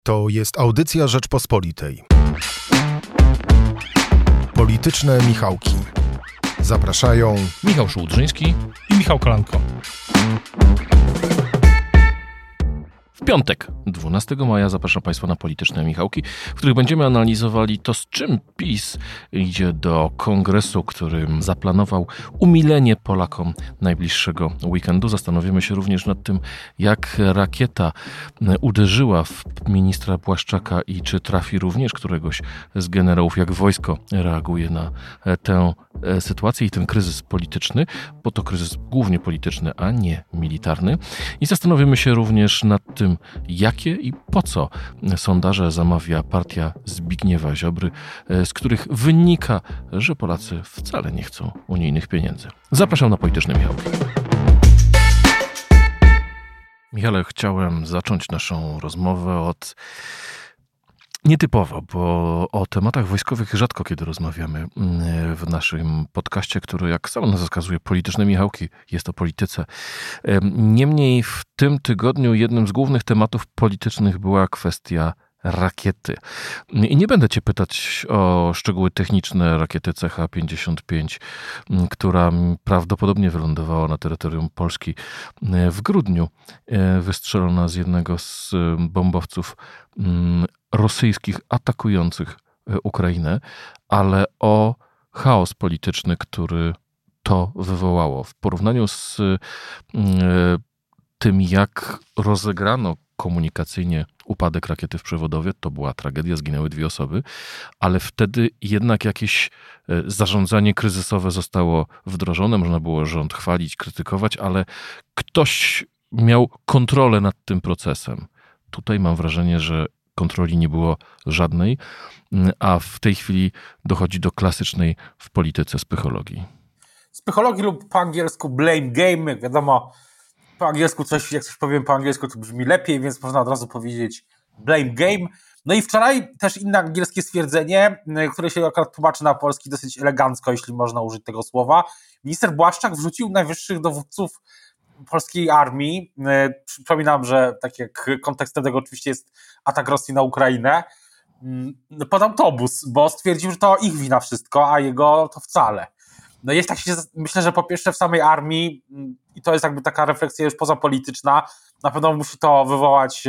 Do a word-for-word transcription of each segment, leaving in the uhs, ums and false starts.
To jest audycja Rzeczpospolitej. Polityczne Michałki. Zapraszają Michał Szułdrzyński i Michał Kolanko. W piątek, dwunastego maja, zapraszam Państwa na Polityczne Michałki, w których będziemy analizowali to, z czym PiS idzie do kongresu, którym zaplanował umilenie Polakom najbliższego weekendu. Zastanowimy się również nad tym, jak rakieta uderzyła w ministra Błaszczaka i czy trafi również któregoś z generałów, jak wojsko reaguje na tę sytuację i ten kryzys polityczny, bo to kryzys głównie polityczny, a nie militarny. I zastanowimy się również nad tym, jakie i po co sondaże zamawia partia Zbigniewa Ziobry, z których wynika, że Polacy wcale nie chcą unijnych pieniędzy. Zapraszam na Polityczne Michałki. Michale, chciałem zacząć naszą rozmowę od nietypowo, bo o tematach wojskowych rzadko kiedy rozmawiamy w naszym podcaście, który, jak sama nazwa wskazuje, Polityczne Michałki, jest o polityce. Niemniej w tym tygodniu jednym z głównych tematów politycznych była kwestia rakiety. I nie będę Cię pytać o szczegóły techniczne rakiety C H pięćdziesiąt pięć, która prawdopodobnie wylądowała na terytorium Polski w grudniu, wystrzelona z jednego z bombowców rosyjskich atakujących Ukrainę, ale o chaos polityczny, który to wywołało. W porównaniu z tym, jak rozegrano komunikacyjnie upadek rakiety w Przewodowie, to była tragedia, zginęły dwie osoby, ale wtedy jednak jakieś zarządzanie kryzysowe zostało wdrożone. Można było rząd chwalić, krytykować, ale ktoś miał kontrolę nad tym procesem. Tutaj mam wrażenie, że kontroli nie było żadnej, a w tej chwili dochodzi do klasycznej w polityce spychologii. Spychologii lub po angielsku blame game, jak wiadomo, po angielsku coś, jak coś powiem po angielsku, to brzmi lepiej, więc można od razu powiedzieć blame game. No i wczoraj też inne angielskie stwierdzenie, które się akurat tłumaczy na polski dosyć elegancko, jeśli można użyć tego słowa. Minister Błaszczak wrzucił najwyższych dowódców polskiej armii. Przypominam, że tak jak kontekstem tego oczywiście jest atak Rosji na Ukrainę, pod autobus, bo stwierdził, że to ich wina wszystko, a jego to wcale. No jest tak się, myślę, że po pierwsze w samej armii, i to jest jakby taka refleksja już pozapolityczna, na pewno musi to wywołać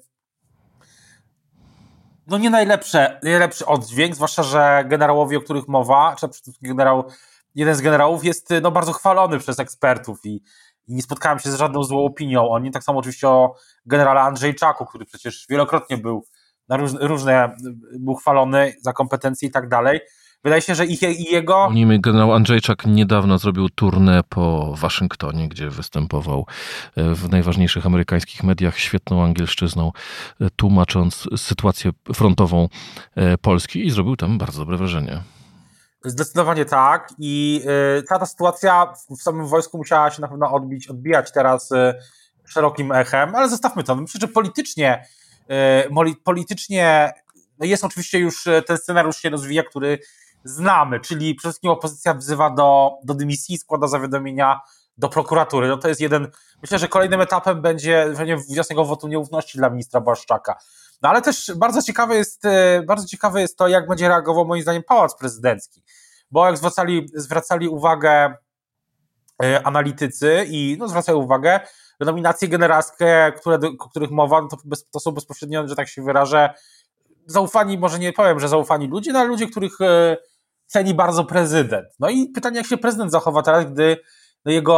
no nie najlepsze, najlepszy oddźwięk, zwłaszcza, że generałowie, o których mowa, czy generał, jeden z generałów jest no bardzo chwalony przez ekspertów i, i nie spotkałem się z żadną złą opinią o nim. Tak samo oczywiście o generale Andrzejczaku, który przecież wielokrotnie był na różne, różne był chwalony za kompetencje i tak dalej. Wydaje się, że i, i jego... Wspomnijmy, generał Andrzejczak niedawno zrobił tournée po Waszyngtonie, gdzie występował w najważniejszych amerykańskich mediach świetną angielszczyzną, tłumacząc sytuację frontową Polski i zrobił tam bardzo dobre wrażenie. Zdecydowanie tak i y, ta, ta sytuacja w samym wojsku musiała się na pewno odbić, odbijać teraz y, szerokim echem, ale zostawmy to. Myślę, że politycznie, y, politycznie no jest oczywiście już ten scenariusz się rozwija, który znamy, czyli przede wszystkim opozycja wzywa do, do dymisji, składa zawiadomienia do prokuratury. No to jest jeden, myślę, że kolejnym etapem będzie wniosek o wotum nieufności dla ministra Błaszczaka. No ale też bardzo ciekawe jest, bardzo ciekawe jest to, jak będzie reagował moim zdaniem Pałac Prezydencki, bo jak zwracali, zwracali uwagę analitycy i no, zwracają uwagę, że nominacje generalskie, które, o których mowa, no to, bez, to są bezpośrednio, że tak się wyrażę, zaufani, może nie powiem, że zaufani ludzie, no ale ludzie, których e, ceni bardzo prezydent. No i pytanie, jak się prezydent zachowa teraz, gdy no jego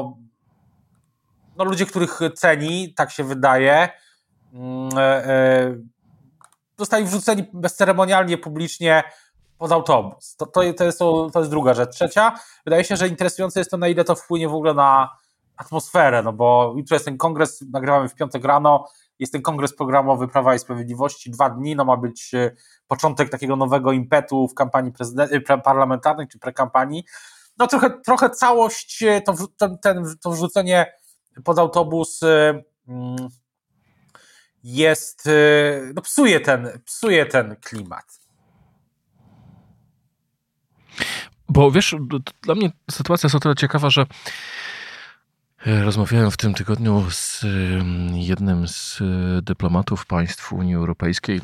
no ludzie, których ceni, tak się wydaje, e, e, zostali wrzuceni bezceremonialnie, publicznie pod autobus. To, to, to, jest, to jest druga rzecz. Trzecia, wydaje się, że interesujące jest to, na ile to wpłynie w ogóle na atmosferę, no bo jutro jest ten kongres, nagrywamy w piątek rano, jest ten kongres programowy Prawa i Sprawiedliwości, dwa dni, no ma być początek takiego nowego impetu w kampanii prezydent- parlamentarnej czy prekampanii. No trochę, trochę całość, to, ten, ten, to wrzucenie pod autobus jest, no psuje ten, psuje ten klimat. Bo wiesz, dla mnie sytuacja jest o tyle ciekawa, że Rozmawiałem w tym tygodniu z jednym z dyplomatów państw Unii Europejskiej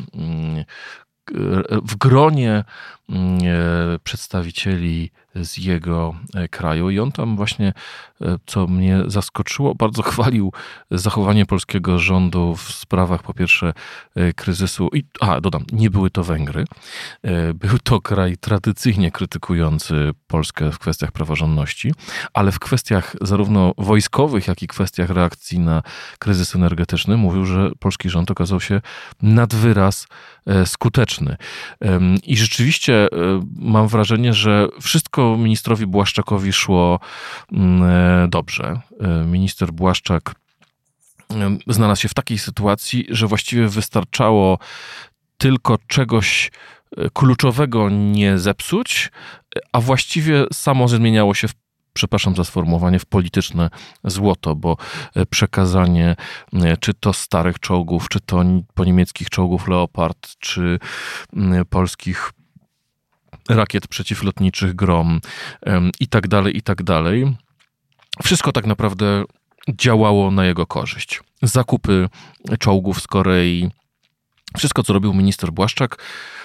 w gronie przedstawicieli z jego kraju i on tam właśnie, co mnie zaskoczyło, bardzo chwalił zachowanie polskiego rządu w sprawach po pierwsze kryzysu i, a dodam, nie były to Węgry. Był to kraj tradycyjnie krytykujący Polskę w kwestiach praworządności, ale w kwestiach zarówno wojskowych, jak i kwestiach reakcji na kryzys energetyczny mówił, że polski rząd okazał się nad wyraz skuteczny. I rzeczywiście mam wrażenie, że wszystko ministrowi Błaszczakowi szło dobrze. Minister Błaszczak znalazł się w takiej sytuacji, że właściwie wystarczało tylko czegoś kluczowego nie zepsuć, a właściwie samo zmieniało się w przepraszam za sformułowanie, w polityczne złoto, bo przekazanie czy to starych czołgów, czy to po niemieckich czołgów Leopard, czy polskich rakiet przeciwlotniczych Grom i tak dalej, i tak dalej. Wszystko tak naprawdę działało na jego korzyść. Zakupy czołgów z Korei, wszystko, co robił minister Błaszczak,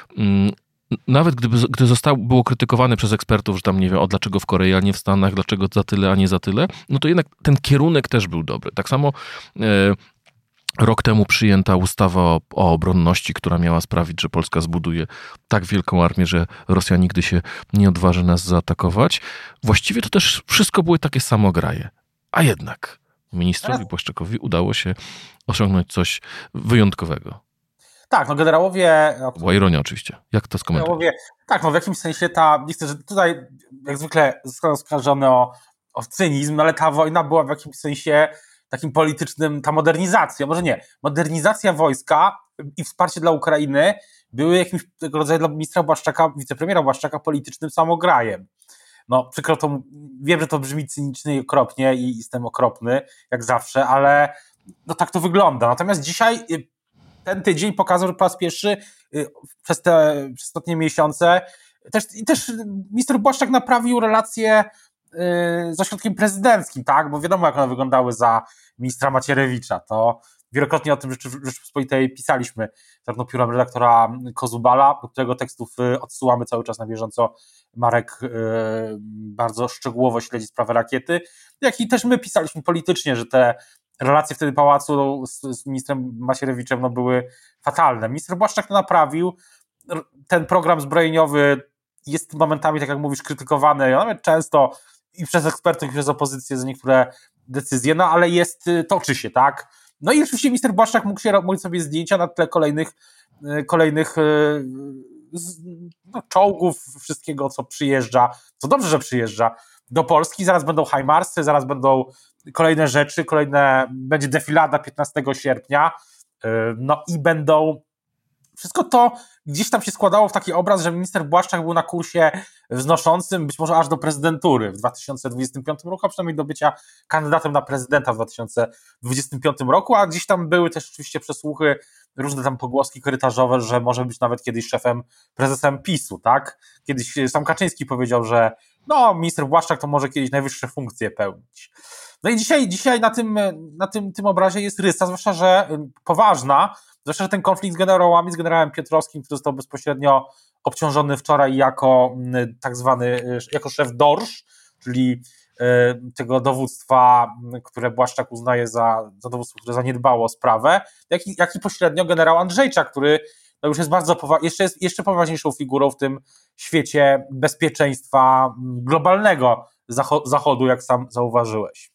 nawet gdyby, gdy został, było krytykowane przez ekspertów, że tam nie wiem, o dlaczego w Korei, a nie w Stanach, dlaczego za tyle, a nie za tyle, no to jednak ten kierunek też był dobry. Tak samo e, rok temu przyjęta ustawa o, o obronności, która miała sprawić, że Polska zbuduje tak wielką armię, że Rosja nigdy się nie odważy nas zaatakować. Właściwie to też wszystko były takie samograje. A jednak ministrowi Błaszczakowi udało się osiągnąć coś wyjątkowego. Tak, no generałowie... Była ironia oczywiście. Jak to skomentować? Tak, no w jakimś sensie ta... Nie chcę, że tutaj jak zwykle zostałem oskarżony o, o cynizm, no ale ta wojna była w jakimś sensie takim politycznym, ta modernizacja, może nie, modernizacja wojska i wsparcie dla Ukrainy były jakimś tego rodzaju dla ministra Błaszczaka, wicepremiera Błaszczaka politycznym samograjem. No przykro to, wiem, że to brzmi cynicznie i okropnie i jestem okropny, jak zawsze, ale no tak to wygląda. Natomiast dzisiaj ten tydzień pokazał, że po raz pierwszy przez te przez ostatnie miesiące też, i też minister Błaszczak naprawił relacje z ośrodkiem prezydenckim, tak? Bo wiadomo, jak one wyglądały za ministra Macierewicza. To wielokrotnie o tym Rzeczypospolitej pisaliśmy, zarówno piórem redaktora Kozubala, do którego tekstów odsyłamy cały czas na bieżąco. Marek bardzo szczegółowo śledzi sprawę rakiety, jak i też my pisaliśmy politycznie, że te relacje wtedy pałacu z, z ministrem Macierewiczem no, były fatalne. Minister Błaszczak to naprawił. Ten program zbrojeniowy jest momentami, tak jak mówisz, krytykowany, nawet często i przez ekspertów, i przez opozycję za niektóre decyzje, no ale jest, toczy się, tak? No i oczywiście minister Błaszczak mógł się robić sobie zdjęcia na tle kolejnych, kolejnych no, czołgów, wszystkiego, co przyjeżdża, co dobrze, że przyjeżdża do Polski. Zaraz będą hajmarsy, zaraz będą kolejne rzeczy, kolejne, będzie defilada piętnastego sierpnia, no i będą, wszystko to gdzieś tam się składało w taki obraz, że minister Błaszczak był na kursie wznoszącym być może aż do prezydentury w dwa tysiące dwudziestym piątym roku, a przynajmniej do bycia kandydatem na prezydenta w dwa tysiące dwudziestym piątym roku, a gdzieś tam były też oczywiście przesłuchy, różne tam pogłoski korytarzowe, że może być nawet kiedyś szefem, prezesem PiSu, tak? Kiedyś sam Kaczyński powiedział, że no, minister Błaszczak to może kiedyś najwyższe funkcje pełnić. No i dzisiaj, dzisiaj na tym, na tym, tym obrazie jest rysa, zwłaszcza, że poważna, zwłaszcza, że ten konflikt z generałami, z generałem Piotrowskim, który został bezpośrednio obciążony wczoraj jako tak zwany, jako szef dorsz, czyli tego dowództwa, które Błaszczak uznaje za, za dowództwo, które zaniedbało sprawę, jak i, jak i pośrednio generał Andrzejczak, który no już jest bardzo powa- jeszcze, jest jeszcze poważniejszą figurą w tym świecie bezpieczeństwa globalnego zacho- zachodu, jak sam zauważyłeś.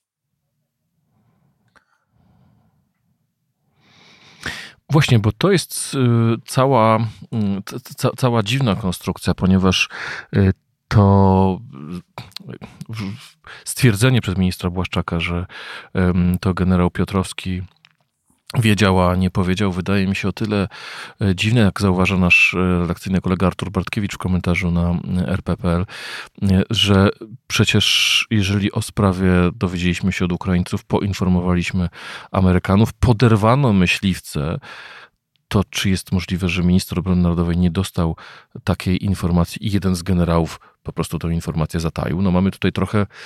Właśnie, bo to jest cała, ca, cała dziwna konstrukcja, ponieważ to stwierdzenie przez ministra Błaszczaka, że to generał Piotrowski wiedział, a nie powiedział, wydaje mi się o tyle dziwne, jak zauważa nasz redakcyjny kolega Artur Bartkiewicz w komentarzu na er pe kropka pe el, że przecież jeżeli o sprawie dowiedzieliśmy się od Ukraińców, poinformowaliśmy Amerykanów, poderwano myśliwce, to czy jest możliwe, że minister obrony narodowej nie dostał takiej informacji i jeden z generałów po prostu tę informację zataił? No mamy tutaj trochę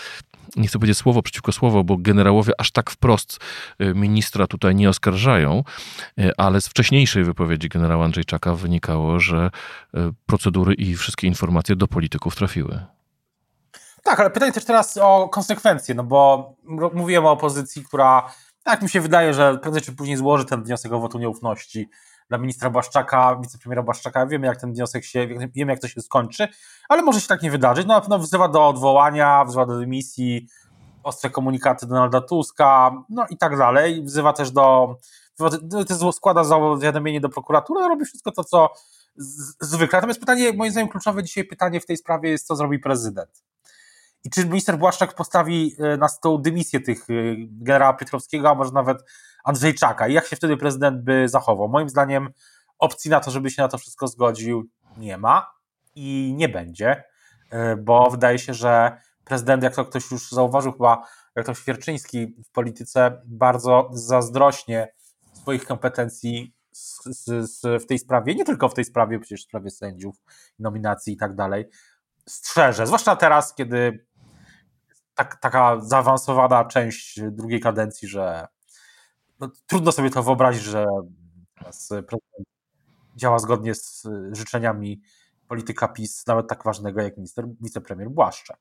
nie chcę powiedzieć słowo przeciwko słowo, bo generałowie aż tak wprost ministra tutaj nie oskarżają, ale z wcześniejszej wypowiedzi generała Andrzejczaka wynikało, że procedury i wszystkie informacje do polityków trafiły. Tak, ale pytanie też teraz o konsekwencje, no bo mówiłem o opozycji, która, tak mi się wydaje, że prędzej czy później złoży ten wniosek o wotum nieufności dla ministra Błaszczaka, wicepremiera Błaszczaka. Wiemy, jak ten wniosek się, wiemy, jak to się skończy, ale może się tak nie wydarzyć. No na pewno wzywa do odwołania, wzywa do dymisji, ostre komunikaty Donalda Tuska, no i tak dalej. Wzywa też do, wzywa, składa zawiadomienie do prokuratury, robi wszystko to, co z, zwykle. Natomiast pytanie, moim zdaniem kluczowe dzisiaj pytanie w tej sprawie jest, co zrobi prezydent. I czy minister Błaszczak postawi na stół dymisję tych generała Piotrowskiego, a może nawet Andrzejczaka? I jak się wtedy prezydent by zachował? Moim zdaniem opcji na to, żeby się na to wszystko zgodził, nie ma i nie będzie, bo wydaje się, że prezydent, jak to ktoś już zauważył, chyba jak to Świerczyński w polityce, bardzo zazdrośnie swoich kompetencji z, z, z, w tej sprawie, nie tylko w tej sprawie, przecież w sprawie sędziów, nominacji i tak dalej, strzeże. Zwłaszcza teraz, kiedy tak, taka zaawansowana część drugiej kadencji, że no, trudno sobie to wyobrazić, że prezydent działa zgodnie z życzeniami polityka PiS, nawet tak ważnego jak minister, wicepremier Błaszczak.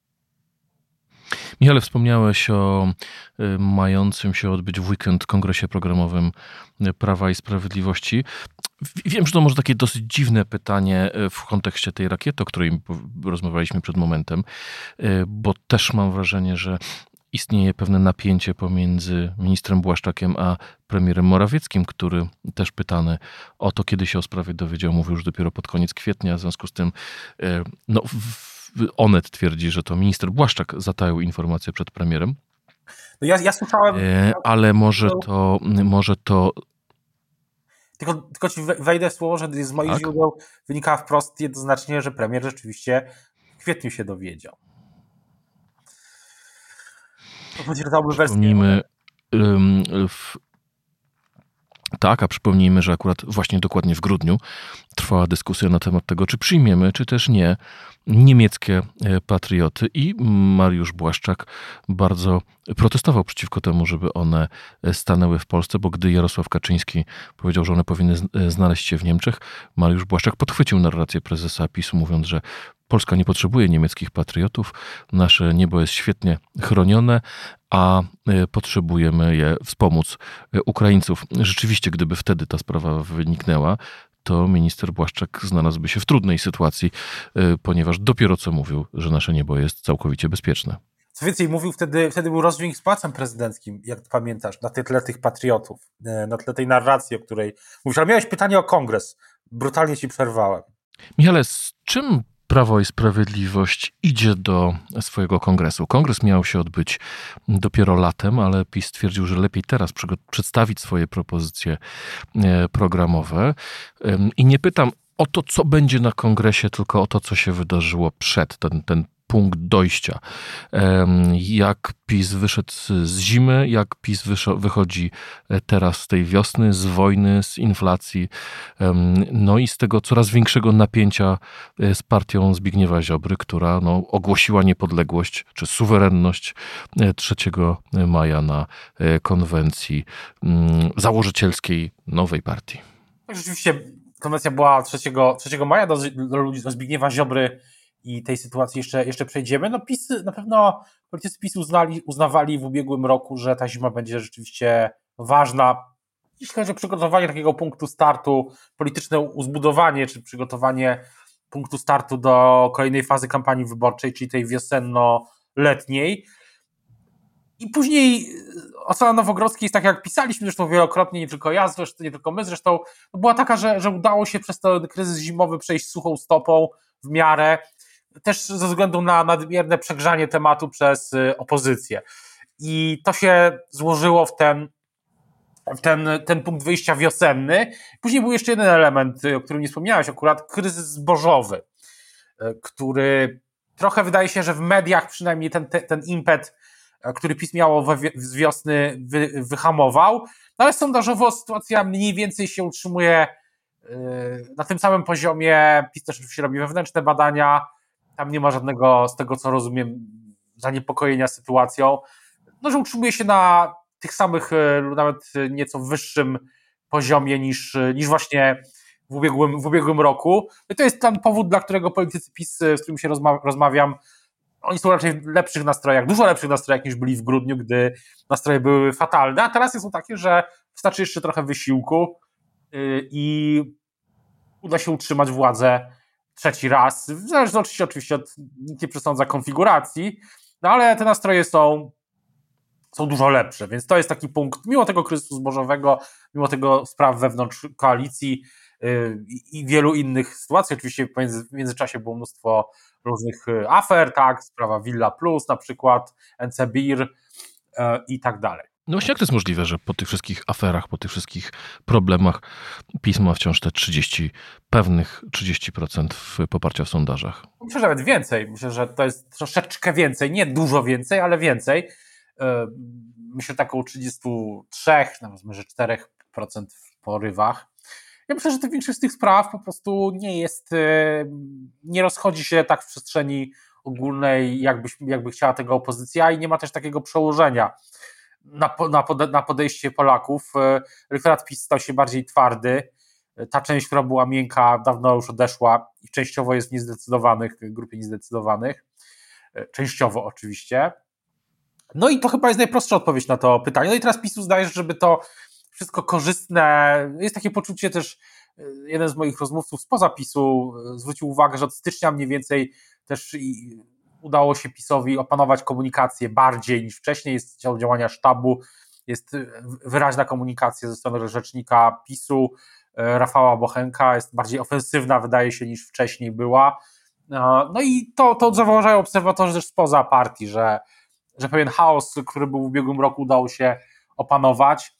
Michale, wspomniałeś o mającym się odbyć w weekend kongresie programowym Prawa i Sprawiedliwości. Wiem, że to może takie dosyć dziwne pytanie w kontekście tej rakiety, o której rozmawialiśmy przed momentem, bo też mam wrażenie, że istnieje pewne napięcie pomiędzy ministrem Błaszczakiem a premierem Morawieckim, który też pytany o to, kiedy się o sprawie dowiedział, mówił już dopiero pod koniec kwietnia. W związku z tym no, Onet twierdzi, że to minister Błaszczak zatajał informację przed premierem. No ja, ja słyszałem... Ale może to... Może to Tylko, tylko ci wejdę w słowo, że z moich tak? źródeł wynika wprost jednoznacznie, że premier rzeczywiście w kwietniu się dowiedział. To potwierdzałoby Przypomnijmy, w, tak, a przypomnijmy, że akurat właśnie dokładnie w grudniu trwała dyskusja na temat tego, czy przyjmiemy, czy też nie niemieckie patrioty i Mariusz Błaszczak bardzo protestował przeciwko temu, żeby one stanęły w Polsce, bo gdy Jarosław Kaczyński powiedział, że one powinny znaleźć się w Niemczech, Mariusz Błaszczak podchwycił narrację prezesa PiS-u, mówiąc, że Polska nie potrzebuje niemieckich patriotów, nasze niebo jest świetnie chronione, a potrzebujemy je wspomóc Ukraińców. Rzeczywiście, gdyby wtedy ta sprawa wyniknęła, to minister Błaszczak znalazłby się w trudnej sytuacji, ponieważ dopiero co mówił, że nasze niebo jest całkowicie bezpieczne. Co więcej, mówił wtedy, wtedy był rozdźwięk z Pałacem Prezydenckim, jak pamiętasz, na tle tych patriotów, na tle tej narracji, o której mówisz. Ale miałeś pytanie o kongres. Brutalnie ci przerwałem. Michale, z czym Prawo i Sprawiedliwość idzie do swojego kongresu? Kongres miał się odbyć dopiero latem, ale PiS stwierdził, że lepiej teraz przedstawić swoje propozycje programowe. I nie pytam o to, co będzie na kongresie, tylko o to, co się wydarzyło przed, ten, ten punkt dojścia. Jak PiS wyszedł z zimy, jak PiS wychodzi teraz z tej wiosny, z wojny, z inflacji, no i z tego coraz większego napięcia z partią Zbigniewa Ziobry, która no, ogłosiła niepodległość czy suwerenność trzeciego maja na konwencji założycielskiej nowej partii. Rzeczywiście konwencja była trzeciego maja, do, do, ludzi, do Zbigniewa Ziobry i tej sytuacji jeszcze, jeszcze przejdziemy. No PiS, na pewno politycy PiS uznali, uznawali w ubiegłym roku, że ta zima będzie rzeczywiście ważna, jeśli chodzi o przygotowanie takiego punktu startu, polityczne uzbudowanie, czy przygotowanie punktu startu do kolejnej fazy kampanii wyborczej, czyli tej wiosenno-letniej. I później ocena Nowogrodzkiej jest tak, jak pisaliśmy zresztą wielokrotnie, nie tylko ja zresztą, nie tylko my zresztą, była taka, że, że udało się przez ten kryzys zimowy przejść suchą stopą w miarę, też ze względu na nadmierne przegrzanie tematu przez opozycję. I to się złożyło w ten, w ten, ten punkt wyjścia wiosenny. Później był jeszcze jeden element, o którym nie wspomniałeś, akurat kryzys zbożowy, który trochę wydaje się, że w mediach przynajmniej ten, ten impet, który PiS miało z wiosny, wy, wyhamował, no ale sondażowo sytuacja mniej więcej się utrzymuje na tym samym poziomie. PiS też oczywiście robi wewnętrzne badania, tam nie ma żadnego, z tego co rozumiem, zaniepokojenia sytuacją, no, że utrzymuje się na tych samych, nawet nieco wyższym poziomie niż, niż właśnie w ubiegłym, w ubiegłym roku. I to jest ten powód, dla którego politycy PiS, z którymi się rozma- rozmawiam, oni są raczej w lepszych nastrojach, dużo lepszych nastrojach niż byli w grudniu, gdy nastroje były fatalne, a teraz są takie, że wystarczy jeszcze trochę wysiłku yy, i uda się utrzymać władzę trzeci raz, w zależności oczywiście od, nikt nie przesądza konfiguracji, no ale te nastroje są, są dużo lepsze, więc to jest taki punkt, mimo tego kryzysu zbożowego, mimo tego spraw wewnątrz koalicji yy, i wielu innych sytuacji, oczywiście w, między, w międzyczasie było mnóstwo różnych afer, tak, sprawa Villa Plus na przykład, N C B I R yy, i tak dalej. No właśnie, jak to jest możliwe, że po tych wszystkich aferach, po tych wszystkich problemach PiS ma wciąż te trzydzieści, pewnych trzydzieści procent w poparcia w sondażach? Myślę, że nawet więcej. Myślę, że to jest troszeczkę więcej. Nie dużo więcej, ale więcej. Myślę, że około trzydzieści trzy, nawet może cztery procent w porywach. Ja myślę, że to większość z tych spraw po prostu nie jest, nie rozchodzi się tak w przestrzeni ogólnej, jakby, jakby chciała tego opozycja i nie ma też takiego przełożenia na, na, pode, na podejście Polaków. Elektorat PiS stał się bardziej twardy. Ta część, która była miękka, dawno już odeszła i częściowo jest w niezdecydowanych, grupie niezdecydowanych. Częściowo oczywiście. No i to chyba jest najprostsza odpowiedź na to pytanie. No i teraz PiS uznaje, żeby to wszystko korzystne. Jest takie poczucie też, jeden z moich rozmówców spoza PiSu zwrócił uwagę, że od stycznia mniej więcej też udało się PiSowi opanować komunikację bardziej niż wcześniej. Jest dział działania sztabu, jest wyraźna komunikacja ze strony rzecznika PiSu, Rafała Bochenka, jest bardziej ofensywna, wydaje się, niż wcześniej była. No i to, to zauważają obserwatorzy też spoza partii, że, że pewien chaos, który był w ubiegłym roku, udało się opanować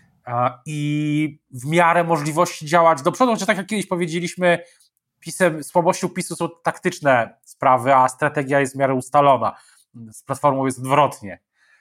i w miarę możliwości działać do przodu, chociaż tak jak kiedyś powiedzieliśmy, PiSem, słabością PiSu są taktyczne sprawy, a strategia jest w miarę ustalona. Z Platformą jest odwrotnie.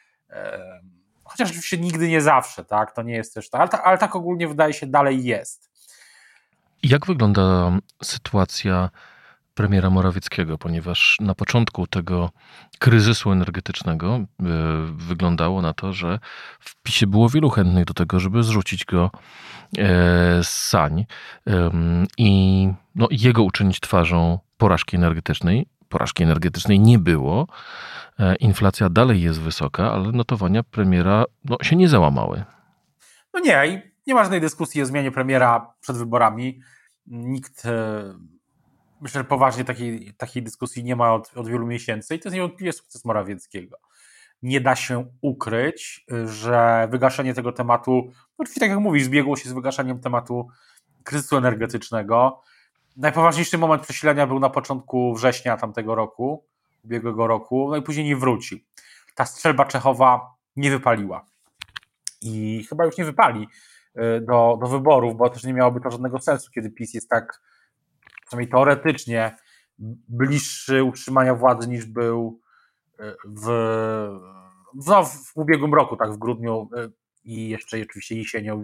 Chociaż oczywiście nigdy nie zawsze, tak? To nie jest też tak, ale, ta, ale tak ogólnie wydaje się dalej jest. Jak wygląda sytuacja premiera Morawieckiego, ponieważ na początku tego kryzysu energetycznego y, wyglądało na to, że w PiSie było wielu chętnych do tego, żeby zrzucić go y, z sań y, i no, jego uczynić twarzą porażki energetycznej. Porażki energetycznej nie było, y, inflacja dalej jest wysoka, ale notowania premiera no, się nie załamały. No nie, i nie ma żadnej dyskusji o zmianie premiera przed wyborami. Nikt... Y- Myślę, że poważnie takiej, takiej dyskusji nie ma od, od wielu miesięcy i to jest niewątpliwie sukces Morawieckiego. Nie da się ukryć, że wygaszenie tego tematu, oczywiście tak jak mówisz, zbiegło się z wygaszeniem tematu kryzysu energetycznego. Najpoważniejszy moment przesilenia był na początku września tamtego roku, ubiegłego roku, no i później nie wrócił. Ta strzelba Czechowa nie wypaliła i chyba już nie wypali do, do wyborów, bo też nie miałoby to żadnego sensu, kiedy PiS jest tak przynajmniej teoretycznie bliższy utrzymania władzy niż był w, no, w ubiegłym roku, tak w grudniu i jeszcze oczywiście jesienią.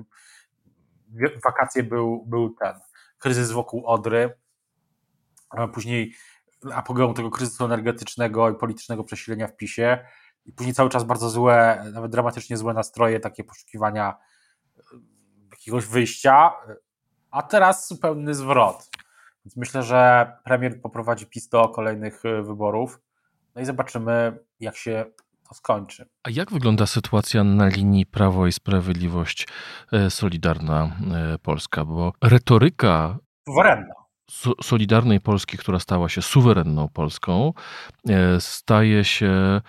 W wakacje był, był ten kryzys wokół Odry, a później apogeum tego kryzysu energetycznego i politycznego przesilenia w PiSie i później cały czas bardzo złe, nawet dramatycznie złe nastroje, takie poszukiwania jakiegoś wyjścia, a teraz zupełny zwrot. Więc myślę, że premier poprowadzi PiS do kolejnych wyborów. No i zobaczymy, jak się to skończy. A jak wygląda sytuacja na linii Prawo i Sprawiedliwość, Solidarna Polska? Bo retoryka suwerenna. Solidarnej Polski, która stała się suwerenną Polską, staje się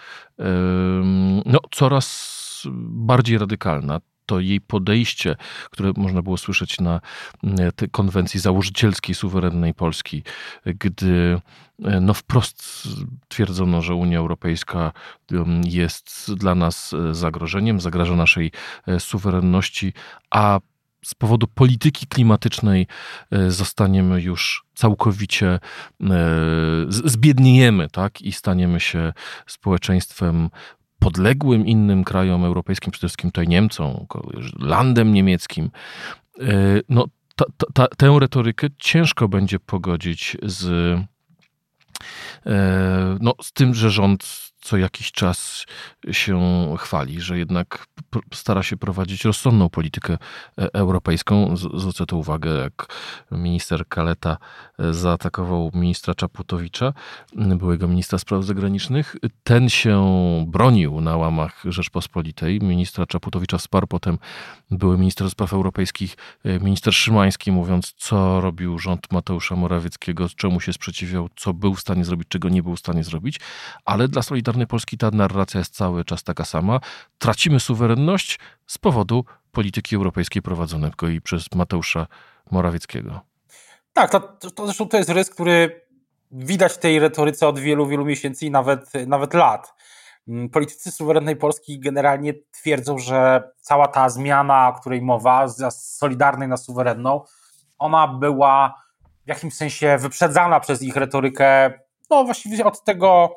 no, coraz bardziej radykalna. To jej podejście, które można było słyszeć na tej konwencji założycielskiej suwerennej Polski, gdy no wprost twierdzono, że Unia Europejska jest dla nas zagrożeniem, zagraża naszej suwerenności, a z powodu polityki klimatycznej zostaniemy już całkowicie, zbiedniejemy, tak? I staniemy się społeczeństwem podległym innym krajom europejskim, przede wszystkim tutaj Niemcom, landem niemieckim. No, ta, ta, tę retorykę ciężko będzie pogodzić z, no, z tym, że rząd co jakiś czas się chwali, że jednak stara się prowadzić rozsądną politykę europejską. Zwrócę tu uwagę, jak minister Kaleta zaatakował ministra Czaputowicza, byłego ministra spraw zagranicznych. Ten się bronił na łamach Rzeczpospolitej. Ministra Czaputowicza wsparł potem były minister spraw europejskich, minister Szymański, mówiąc, co robił rząd Mateusza Morawieckiego, czemu się sprzeciwiał, co był w stanie zrobić, czego nie był w stanie zrobić. Ale dla Solidarnej Polski ta narracja jest cały czas taka sama. Tracimy suwerenność z powodu polityki europejskiej prowadzonej przez Mateusza Morawieckiego. Tak, to, to zresztą to jest rys, który widać w tej retoryce od wielu, wielu miesięcy i nawet, nawet lat. Politycy suwerennej Polski generalnie twierdzą, że cała ta zmiana, o której mowa, z solidarnej na suwerenną, ona była w jakimś sensie wyprzedzana przez ich retorykę, no właściwie od tego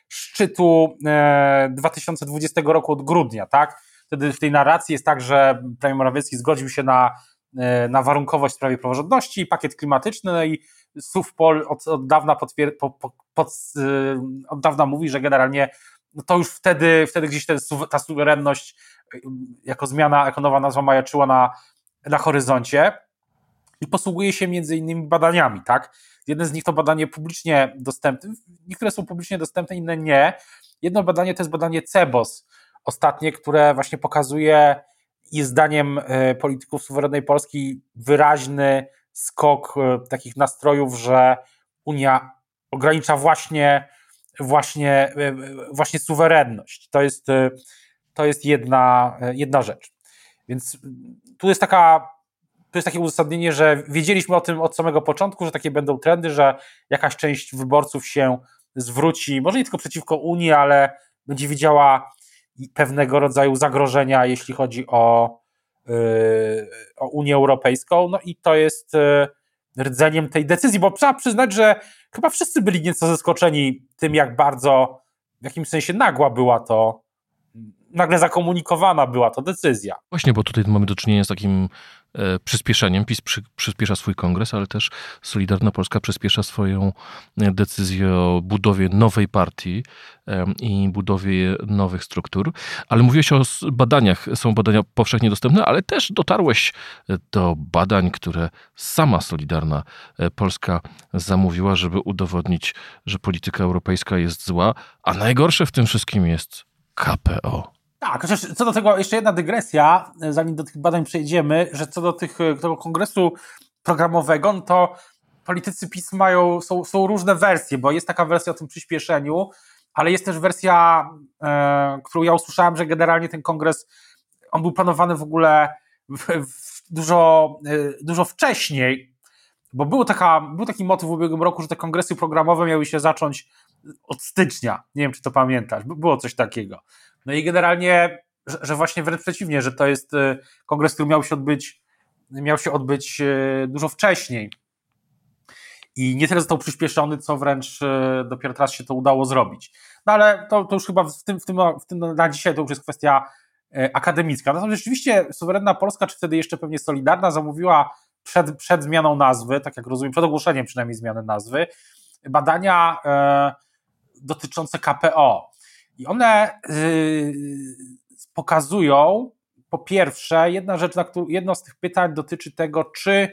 szczytu dwa tysiące dwudziestego roku od grudnia, tak? Wtedy w tej narracji jest tak, że premier Morawiecki zgodził się na, na warunkowość w sprawie praworządności, pakiet klimatyczny, no i SUFPOL od, od, dawna potwier- po, po, pod, od dawna mówi, że generalnie no to już wtedy, wtedy gdzieś ten, ta suwerenność jako zmiana, jako nowa nazwa majaczyła na, na horyzoncie i posługuje się między innymi badaniami, tak? Jeden z nich to badanie publicznie dostępne, niektóre są publicznie dostępne, inne nie. Jedno badanie to jest badanie CEBOS ostatnie, które właśnie pokazuje, jest zdaniem polityków suwerennej Polski wyraźny skok takich nastrojów, że Unia ogranicza właśnie właśnie, właśnie suwerenność. To jest, to jest jedna, jedna rzecz. Więc tu jest taka, tu jest takie uzasadnienie, że wiedzieliśmy o tym od samego początku, że takie będą trendy, że jakaś część wyborców się zwróci, może nie tylko przeciwko Unii, ale będzie widziała pewnego rodzaju zagrożenia, jeśli chodzi o, yy, o Unię Europejską. No i to jest yy, rdzeniem tej decyzji, bo trzeba przyznać, że chyba wszyscy byli nieco zaskoczeni tym, jak bardzo w jakimś sensie nagła była to, nagle zakomunikowana była to decyzja. Właśnie, bo tutaj mamy do czynienia z takim e, przyspieszeniem. PiS przy, przyspiesza swój kongres, ale też Solidarna Polska przyspiesza swoją decyzję o budowie nowej partii e, i budowie nowych struktur. Ale mówiłeś o badaniach. Są badania powszechnie dostępne, ale też dotarłeś do badań, które sama Solidarna Polska zamówiła, żeby udowodnić, że polityka europejska jest zła, a najgorsze w tym wszystkim jest K P O. Tak, chociaż co do tego, jeszcze jedna dygresja, zanim do tych badań przejdziemy, że co do tych, tego kongresu programowego, no to politycy PiS mają, są, są różne wersje, bo jest taka wersja o tym przyspieszeniu, ale jest też wersja, e, którą ja usłyszałem, że generalnie ten kongres, on był planowany w ogóle w, w dużo, e, dużo wcześniej, bo był, taka, był taki motyw w ubiegłym roku, że te kongresy programowe miały się zacząć od stycznia. Nie wiem, czy to pamiętasz. Było coś takiego. No i generalnie, że, że właśnie wręcz przeciwnie, że to jest kongres, który miał się odbyć, miał się odbyć dużo wcześniej. I nie tyle został przyspieszony, co wręcz dopiero teraz się to udało zrobić. No ale to, to już chyba w tym, w, tym, w tym na dzisiaj to już jest kwestia akademicka. Natomiast rzeczywiście suwerenna Polska, czy wtedy jeszcze pewnie Solidarna, zamówiła przed, przed zmianą nazwy, tak jak rozumiem, przed ogłoszeniem przynajmniej zmiany nazwy, badania e, dotyczące K P O. I one y, pokazują, po pierwsze, jedna rzecz, na którą, jedno z tych pytań dotyczy tego, czy, y,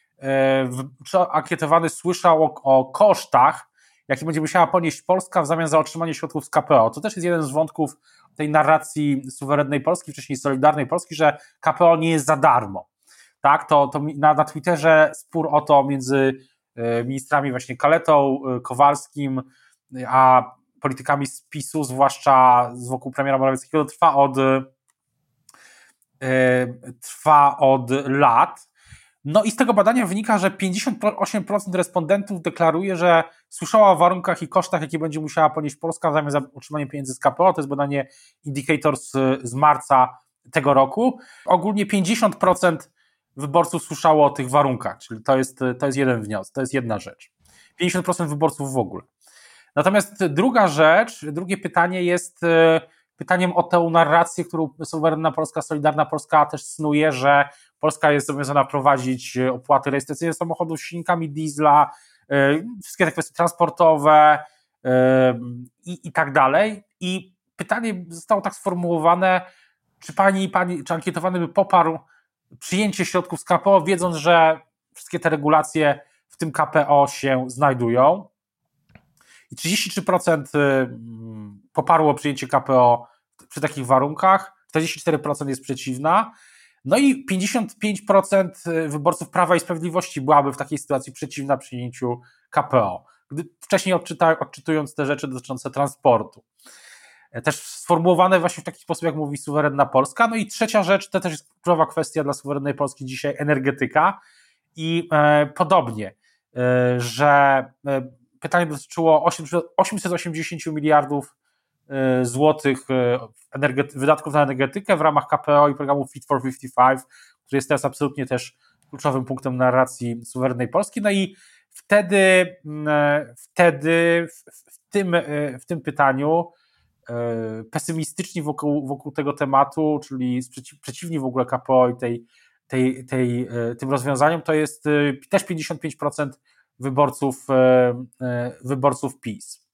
czy ankietowany słyszał o, o kosztach, jakie będzie musiała ponieść Polska w zamian za otrzymanie środków z K P O. To też jest jeden z wątków tej narracji suwerennej Polski, wcześniej Solidarnej Polski, że K P O nie jest za darmo. Tak, to, to na, na Twitterze spór o to między ministrami właśnie Kaletą, Kowalskim, a politykami z PiSu, zwłaszcza z wokół premiera Morawieckiego, trwa od, yy, trwa od lat. No i z tego badania wynika, że pięćdziesiąt osiem procent respondentów deklaruje, że słyszała o warunkach i kosztach, jakie będzie musiała ponieść Polska w zamian za otrzymanie pieniędzy z K P O. To jest badanie Indicator z, z marca tego roku. Ogólnie pięćdziesiąt procent wyborców słyszało o tych warunkach, czyli to jest, to jest jeden wniosek, to jest jedna rzecz. pięćdziesiąt procent wyborców w ogóle. Natomiast druga rzecz, drugie pytanie jest pytaniem o tę narrację, którą suwerenna Polska, Solidarna Polska też snuje, że Polska jest zobowiązana prowadzić opłaty rejestracyjne samochodów z silnikami diesla, wszystkie te kwestie transportowe i, i tak dalej. i pytanie zostało tak sformułowane, czy pani, pani czy ankietowany by poparł przyjęcie środków z K P O, wiedząc, że wszystkie te regulacje w tym K P O się znajdują. I trzydzieści trzy procent poparło przyjęcie K P O przy takich warunkach, czterdzieści cztery procent jest przeciwna, no i pięćdziesiąt pięć procent wyborców Prawa i Sprawiedliwości byłaby w takiej sytuacji przeciwna przyjęciu K P O, gdy wcześniej odczyta, odczytując te rzeczy dotyczące transportu. Też sformułowane właśnie w taki sposób, jak mówi suwerenna Polska. No i trzecia rzecz, to też jest kluczowa kwestia dla suwerennej Polski dzisiaj, energetyka. I e, podobnie, e, że e, pytanie dotyczyło osiemset osiemdziesiąt miliardów e, złotych e, energety- wydatków na energetykę w ramach K P O i programu Fit for pięćdziesiąt pięć, który jest teraz absolutnie też kluczowym punktem narracji suwerennej Polski. No i wtedy, e, wtedy w, w, tym, e, w tym pytaniu pesymistyczni wokół, wokół tego tematu, czyli przeciw, przeciwni w ogóle K P O i tej, tej, tej, tym rozwiązaniom, to jest też pięćdziesiąt pięć procent wyborców, wyborców PiS.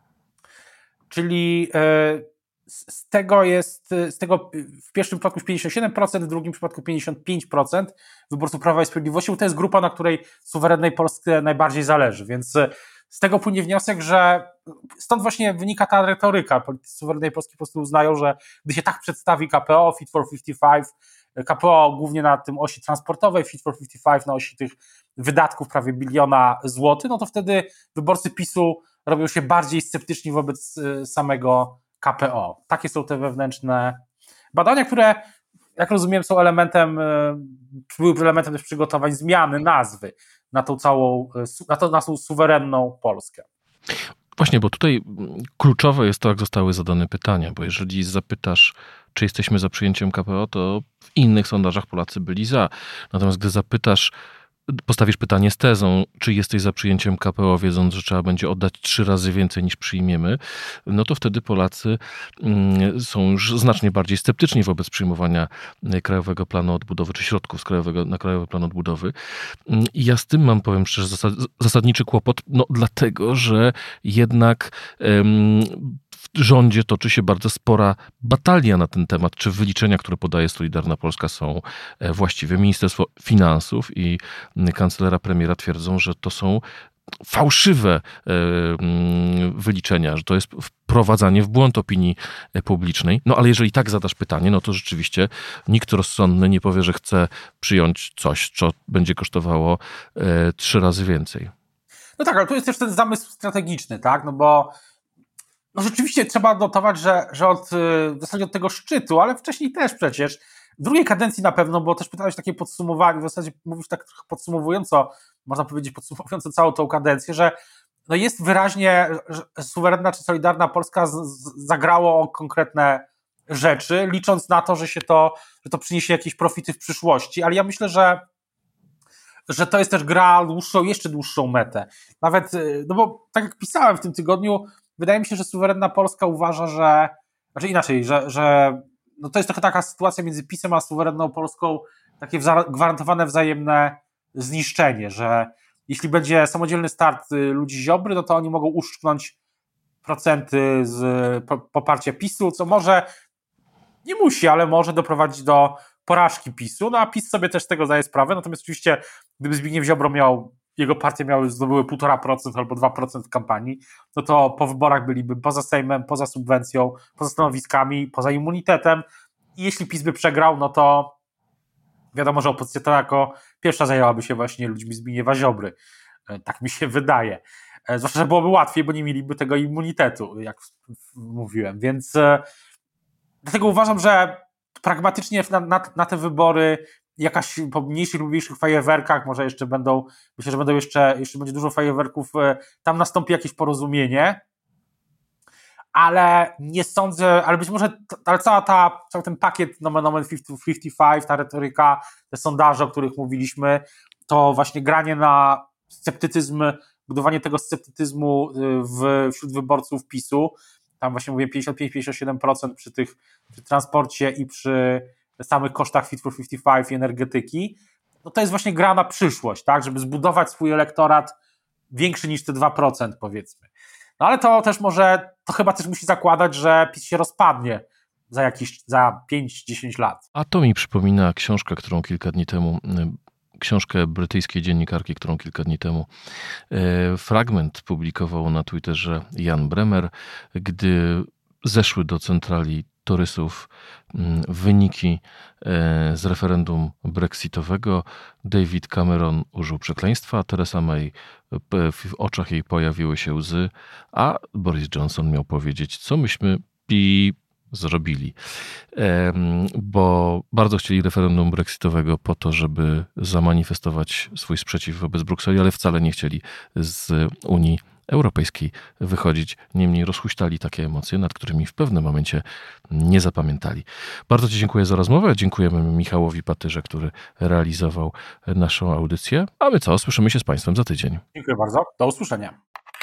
Czyli z tego jest, z tego w pierwszym przypadku pięćdziesiąt siedem procent, w drugim przypadku pięćdziesiąt pięć procent wyborców Prawa i Sprawiedliwości, bo to jest grupa, na której suwerennej Polsce najbardziej zależy, więc z tego płynie wniosek, że stąd właśnie wynika ta retoryka. Politycy suwerennej Polski po prostu uznają, że gdy się tak przedstawi K P O, Fit for pięćdziesiąt pięć, K P O głównie na tym osi transportowej, Fit for pięćdziesiąt pięć na osi tych wydatków prawie biliona złotych, no to wtedy wyborcy PiSu robią się bardziej sceptyczni wobec samego K P O. Takie są te wewnętrzne badania, które, jak rozumiem, są elementem, były elementem też przygotowań zmiany nazwy na tą całą, na tą naszą suwerenną Polskę. Właśnie, bo tutaj kluczowe jest to, jak zostały zadane pytania, bo jeżeli zapytasz, czy jesteśmy za przyjęciem K P O, to w innych sondażach Polacy byli za. Natomiast gdy zapytasz, postawisz pytanie z tezą, czy jesteś za przyjęciem K P O, wiedząc, że trzeba będzie oddać trzy razy więcej niż przyjmiemy, no to wtedy Polacy są już znacznie bardziej sceptyczni wobec przyjmowania Krajowego Planu Odbudowy, czy środków z Krajowego, na Krajowy Plan Odbudowy. I ja z tym mam, powiem szczerze, zasadniczy kłopot, no dlatego, że jednak um, w rządzie toczy się bardzo spora batalia na ten temat, czy wyliczenia, które podaje Solidarna Polska, są właściwe. Ministerstwo Finansów i kancelera premiera twierdzą, że to są fałszywe wyliczenia, że to jest wprowadzanie w błąd opinii publicznej. No ale jeżeli tak zadasz pytanie, no to rzeczywiście nikt rozsądny nie powie, że chce przyjąć coś, co będzie kosztowało trzy razy więcej. No tak, ale tu jest też ten zamysł strategiczny, tak? No bo no rzeczywiście trzeba notować, że, że od, w zasadzie od tego szczytu, ale wcześniej też przecież, w drugiej kadencji na pewno, bo też pytałeś takie podsumowanie, w zasadzie mówisz tak trochę podsumowująco, można powiedzieć podsumowująco całą tą kadencję, że no jest wyraźnie, że suwerenna czy solidarna Polska z, z, zagrało o konkretne rzeczy, licząc na to, że się to, że to przyniesie jakieś profity w przyszłości, ale ja myślę, że że to jest też gra dłuższą, jeszcze dłuższą metę. Nawet, no bo tak jak pisałem w tym tygodniu, wydaje mi się, że suwerenna Polska uważa, że, znaczy inaczej, że, że no to jest trochę taka sytuacja między PiS-em a suwerenną Polską, takie wza- gwarantowane wzajemne zniszczenie, że jeśli będzie samodzielny start ludzi Ziobry, no to oni mogą uszczknąć procenty z poparcia PiS-u, co może, nie musi, ale może doprowadzić do porażki PiS-u, no a PiS sobie też z tego zdaje sprawę, natomiast oczywiście gdyby Zbigniew Ziobro miał, jego partie miały, zdobyły półtora procent albo dwa procent w kampanii, no to po wyborach byliby poza Sejmem, poza subwencją, poza stanowiskami, poza immunitetem i jeśli PiS by przegrał, no to wiadomo, że opozycja to jako pierwsza zajęłaby się właśnie ludźmi Zbigniewa Ziobry. Tak mi się wydaje. Zwłaszcza, że byłoby łatwiej, bo nie mieliby tego immunitetu, jak mówiłem, więc dlatego uważam, że pragmatycznie na, na, na te wybory jakaś po mniejszych lub mniejszych fajerwerkach, może jeszcze będą, myślę, że będą jeszcze, jeszcze będzie dużo fajerwerków, tam nastąpi jakieś porozumienie, ale nie sądzę, ale być może, ale cała ta, cały ten pakiet nomen omen pięćdziesiąt pięć, ta retoryka, te sondaże, o których mówiliśmy, to właśnie granie na sceptycyzm, budowanie tego sceptycyzmu w, wśród wyborców PiS-u, tam właśnie mówię pięćdziesiąt pięć do pięćdziesięciu siedmiu procent przy tych, przy transporcie i przy samych kosztach Fit for pięćdziesiąt pięć i energetyki, no to jest właśnie gra na przyszłość, tak, żeby zbudować swój elektorat większy niż te dwa procent powiedzmy. No ale to też może, to chyba też musi zakładać, że PiS się rozpadnie za jakieś, za pięć dziesięć lat. A to mi przypomina książkę, którą kilka dni temu, książkę brytyjskiej dziennikarki, którą kilka dni temu e, fragment publikował na Twitterze Jan Bremer, gdy zeszły do centrali torysów wyniki z referendum brexitowego. David Cameron użył przekleństwa, a Theresa May, w oczach jej pojawiły się łzy, a Boris Johnson miał powiedzieć, co myśmy pi zrobili. Bo bardzo chcieli referendum brexitowego po to, żeby zamanifestować swój sprzeciw wobec Brukseli, ale wcale nie chcieli z Unii Europejskiej wychodzić. Niemniej rozhuśtali takie emocje, nad którymi w pewnym momencie nie zapamiętali. Bardzo Ci dziękuję za rozmowę. Dziękujemy Michałowi Patyrze, który realizował naszą audycję. A my co? Słyszymy się z Państwem za tydzień. Dziękuję bardzo. Do usłyszenia.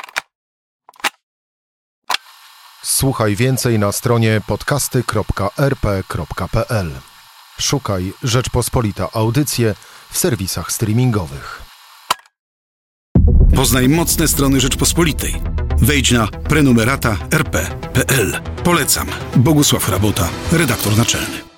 Słuchaj więcej na stronie podcasty kropka er pe kropka pe el. Szukaj Rzeczpospolita Audycje w serwisach streamingowych. Poznaj mocne strony Rzeczpospolitej. Wejdź na prenumerata er pe kropka pe el. Polecam. Bogusław Rabota, redaktor naczelny.